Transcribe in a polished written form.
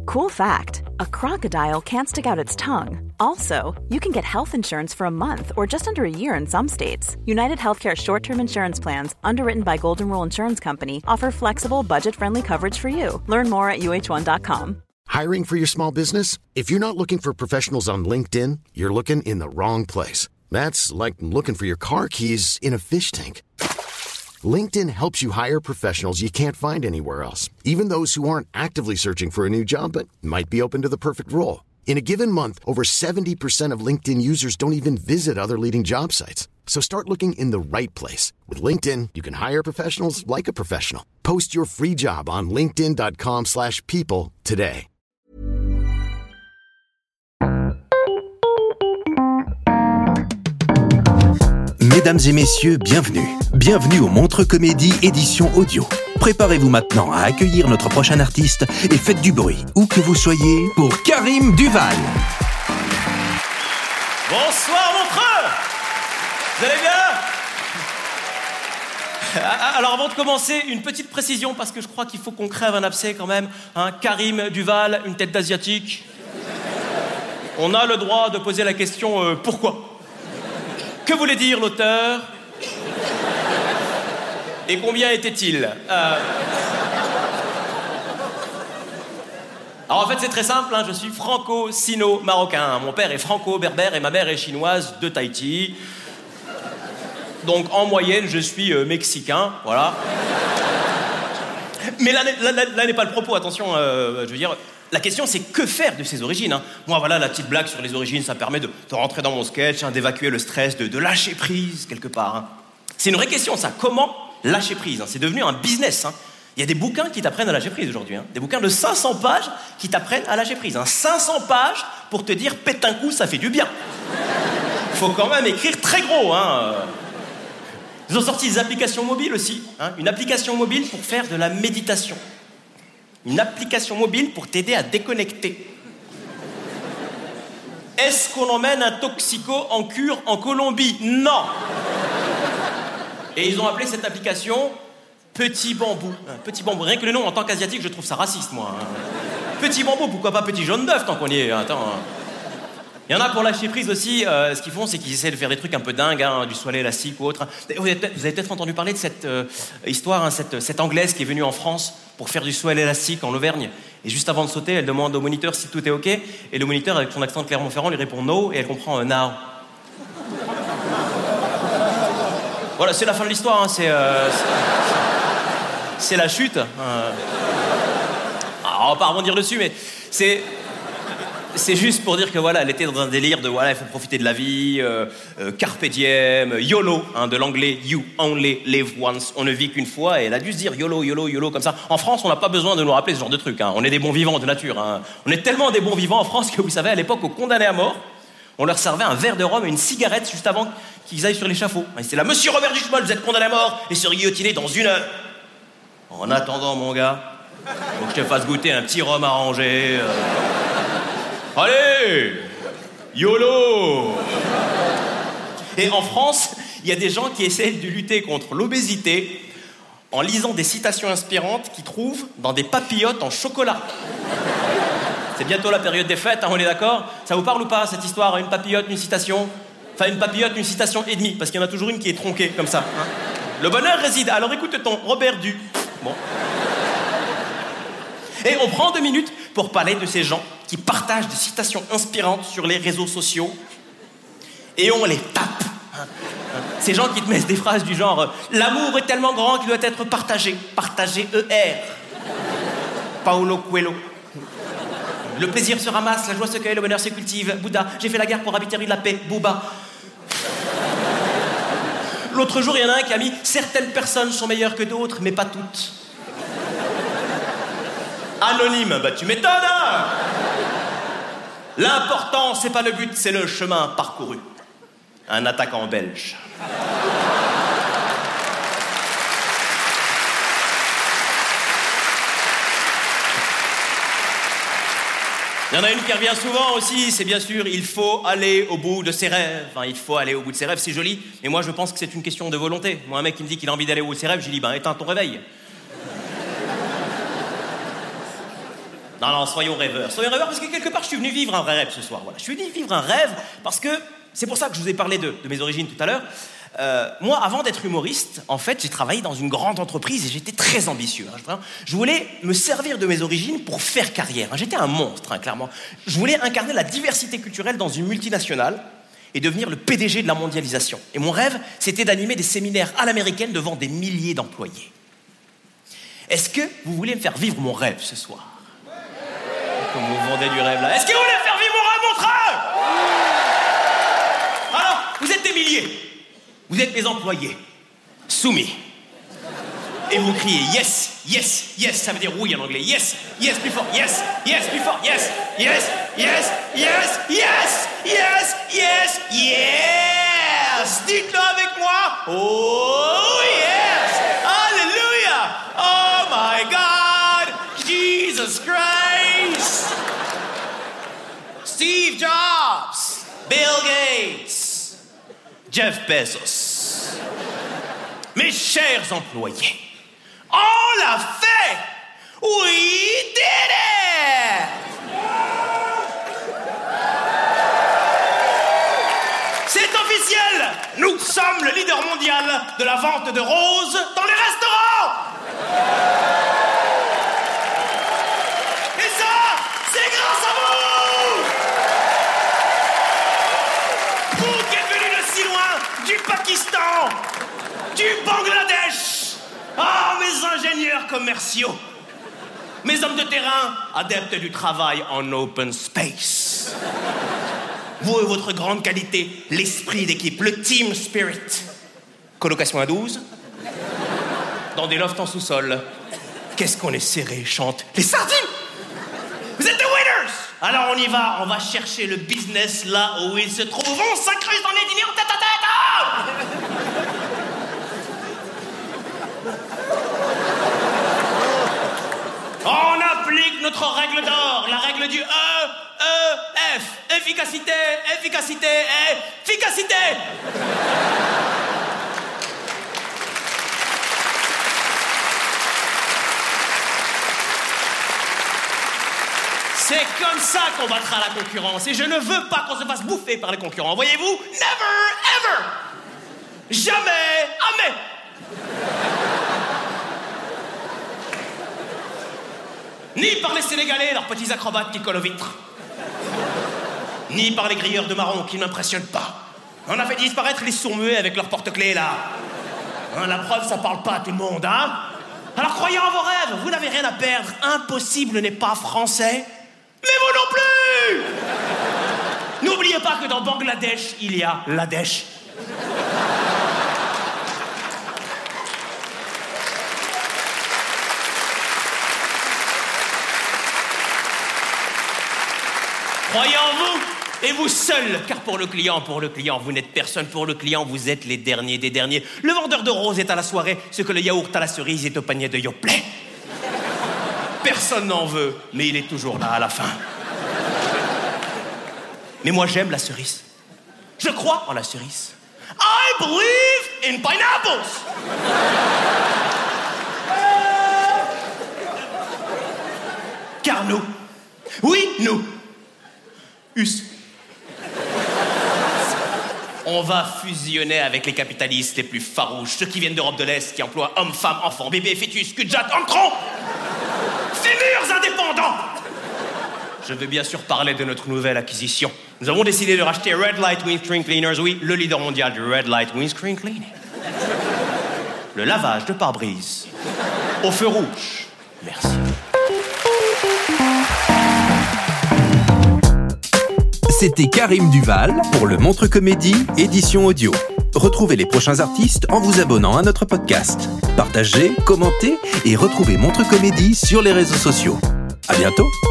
Cool fact, a crocodile can't stick out its tongue. Also, you can get health insurance for a month or just under a year in some states. United Healthcare short-term insurance plans, underwritten by Golden Rule Insurance Company, offer flexible, budget-friendly coverage for you. Learn more at uh1.com. Hiring for your small business? If you're not looking for professionals on LinkedIn, you're looking in the wrong place. That's like looking for your car keys in a fish tank. LinkedIn helps you hire professionals you can't find anywhere else, even those who aren't actively searching for a new job but might be open to the perfect role. In a given month, over 70% of LinkedIn users don't even visit other leading job sites. So start looking in the right place. With LinkedIn, you can hire professionals like a professional. Post your free job on linkedin.com/people today. Mesdames et messieurs, bienvenue. Bienvenue au Montreux Comédie édition audio. Préparez-vous maintenant à accueillir notre prochain artiste et faites du bruit, où que vous soyez, pour Karim Duval. Bonsoir Montreux. Vous allez bien? Alors avant de commencer, une petite précision parce que je crois qu'il faut qu'on crève un abcès quand même. Karim Duval, une tête d'asiatique. On a le droit de poser la question pourquoi? Que voulait dire l'auteur? Et combien était-il? Alors en fait c'est très simple, je suis franco-sino-marocain. Mon père est franco-berbère et ma mère est chinoise de Tahiti. Donc en moyenne je suis mexicain, voilà. Mais là n'est pas le propos, attention, je veux dire... La question, c'est que faire de ses origines. Moi, voilà, la petite blague sur les origines, ça permet de rentrer dans mon sketch, d'évacuer le stress, de lâcher prise, quelque part. C'est une vraie question, ça. Comment lâcher prise? C'est devenu un business. Il y a des bouquins qui t'apprennent à lâcher prise aujourd'hui. Des bouquins de 500 pages qui t'apprennent à lâcher prise. 500 pages pour te dire, pète un coup, ça fait du bien. Faut quand même écrire très gros. Ils ont sorti des applications mobiles aussi. Une application mobile pour faire de la méditation. Une application mobile pour t'aider à déconnecter. Est-ce qu'on emmène un toxico en cure en Colombie? Non. Et ils ont appelé cette application Petit Bambou. Petit Bambou. Rien que le nom, en tant qu'asiatique, je trouve ça raciste, moi. Petit Bambou, pourquoi pas Petit Jaune d'œuf, tant qu'on y est. Attends. Il y en a pour lâcher prise aussi, ce qu'ils font, c'est qu'ils essaient de faire des trucs un peu dingues, du soie élastique ou autre. Vous avez peut-être entendu parler de cette histoire, cette Anglaise qui est venue en France pour faire du soie élastique en Auvergne. Et juste avant de sauter, elle demande au moniteur si tout est OK. Et le moniteur, avec son accent de Clermont-Ferrand, lui répond no, et elle comprend now. Voilà, c'est la fin de l'histoire, c'est la chute. Alors, on va pas rebondir dessus, mais c'est juste pour dire que voilà, elle était dans un délire de voilà, il faut profiter de la vie, carpe diem, YOLO, de l'anglais you only live once, on ne vit qu'une fois, et elle a dû se dire YOLO, YOLO, YOLO comme ça. En France, on n'a pas besoin de nous rappeler ce genre de truc, on est des bons vivants de nature. On est tellement des bons vivants en France que vous savez, à l'époque, aux condamnés à mort, on leur servait un verre de rhum et une cigarette juste avant qu'ils aillent sur l'échafaud. Et c'est là, monsieur Robert Duchemol, vous êtes condamné à mort et serez guillotiné dans 1 heure. En attendant, mon gars, faut que je te fasse goûter un petit rhum arrangé. Allez, YOLO. Et en France, il y a des gens qui essayent de lutter contre l'obésité en lisant des citations inspirantes qu'ils trouvent dans des papillotes en chocolat. C'est bientôt la période des fêtes, on est d'accord? Ça vous parle ou pas, cette histoire? Une papillote, une citation? Enfin, une papillote, une citation et demie, parce qu'il y en a toujours une qui est tronquée, comme ça. Le bonheur réside... Alors écoute-t-on, Robert Du... Bon. Et on prend 2 minutes pour parler de ces gens qui partagent des citations inspirantes sur les réseaux sociaux et on les tape. Ces gens qui te mettent des phrases du genre « L'amour est tellement grand qu'il doit être partagé. Partagé ER. » Paulo Coelho. Le plaisir se ramasse, la joie se cueille, le bonheur se cultive. Bouddha, j'ai fait la guerre pour habiter rue de la paix. Booba. L'autre jour, il y en a un qui a mis « Certaines personnes sont meilleures que d'autres, mais pas toutes. » Anonyme, bah tu m'étonnes, L'important, c'est pas le but, c'est le chemin parcouru. Un attaquant belge. Il y en a une qui revient souvent aussi, c'est bien sûr, il faut aller au bout de ses rêves. Il faut aller au bout de ses rêves, c'est joli, mais moi je pense que c'est une question de volonté. Moi, un mec qui me dit qu'il a envie d'aller au bout de ses rêves, je lui dis, éteins ton réveil. Non, soyons rêveurs. Soyons rêveurs parce que quelque part, je suis venu vivre un vrai rêve ce soir. Voilà. Je suis venu vivre un rêve parce que c'est pour ça que je vous ai parlé de mes origines tout à l'heure. Moi, avant d'être humoriste, en fait, j'ai travaillé dans une grande entreprise et j'étais très ambitieux. Je voulais me servir de mes origines pour faire carrière. J'étais un monstre, clairement. Je voulais incarner la diversité culturelle dans une multinationale et devenir le PDG de la mondialisation. Et mon rêve, c'était d'animer des séminaires à l'américaine devant des milliers d'employés. Est-ce que vous voulez me faire vivre mon rêve ce soir? Comme vous vendez du rêve là. Est-ce que vous voulez me faire vivre mon rêve, Montreux? Alors, vous êtes des milliers. Vous êtes mes employés, soumis. Et vous criez yes, yes, yes, ça veut dire oui en anglais. Yes, yes, plus fort, yes, yes, plus fort, yes, yes, yes, yes, yes, yes, yes, yes. Dites-le avec moi. Oh yes, hallelujah. Oh my God, Jesus Christ. Steve Jobs, Bill Gates, Jeff Bezos. Mes chers employés, on l'a fait! We did it! C'est officiel! Nous sommes le leader mondial de la vente de roses dans les restaurants! Et ça, c'est grâce à vous! Vous qui êtes venus de si loin, du Pakistan, du Bangladesh, mes ingénieurs commerciaux, mes hommes de terrain, adeptes du travail en open space. Vous et votre grande qualité, l'esprit d'équipe, le team spirit. Colocation à 12, dans des lofts en sous-sol. Qu'est-ce qu'on est serré, chante les sardines. Vous êtes des winners. Alors on y va, on va chercher le business là où il se trouve. On s'incruste dans les dîners en tête à tête. On applique notre règle d'or, la règle du E-E-F. Efficacité, efficacité, efficacité. C'est comme ça qu'on battra la concurrence. Et je ne veux pas qu'on se fasse bouffer par les concurrents. Voyez-vous? Never, ever. Jamais, jamais. Ni par les Sénégalais, leurs petits acrobates qui collent aux vitres. Ni par les grilleurs de marron qui ne m'impressionnent pas. On a fait disparaître les sourds-muets avec leurs porte-clés, là. La preuve, ça parle pas à tout le monde, hein. Alors croyez en vos rêves, vous n'avez rien à perdre. Impossible n'est pas français. Mais vous non plus. N'oubliez pas que dans Bangladesh, il y a la dèche. Croyez en vous, et vous seul, car pour le client, vous n'êtes personne. Pour le client, vous êtes les derniers des derniers. Le vendeur de roses est à la soirée, ce que le yaourt à la cerise est au panier de Yoplait. Personne n'en veut, mais il est toujours là à la fin. Mais moi, j'aime la cerise. Je crois en la cerise. I believe in pineapples. Car nous, oui, nous, on va fusionner avec les capitalistes les plus farouches, ceux qui viennent d'Europe de l'Est, qui emploient hommes, femmes, enfants, bébés, fœtus, cul-de-jatte, entrons, fémurs indépendants. Je veux bien sûr parler de notre nouvelle acquisition. Nous avons décidé de racheter Red Light Windscreen Cleaners, oui, le leader mondial du Red Light Windscreen Cleaning. Le lavage de pare-brise au feu rouge. Merci. C'était Karim Duval pour le Montre Comédie, édition audio. Retrouvez les prochains artistes en vous abonnant à notre podcast. Partagez, commentez et retrouvez Montre Comédie sur les réseaux sociaux. À bientôt.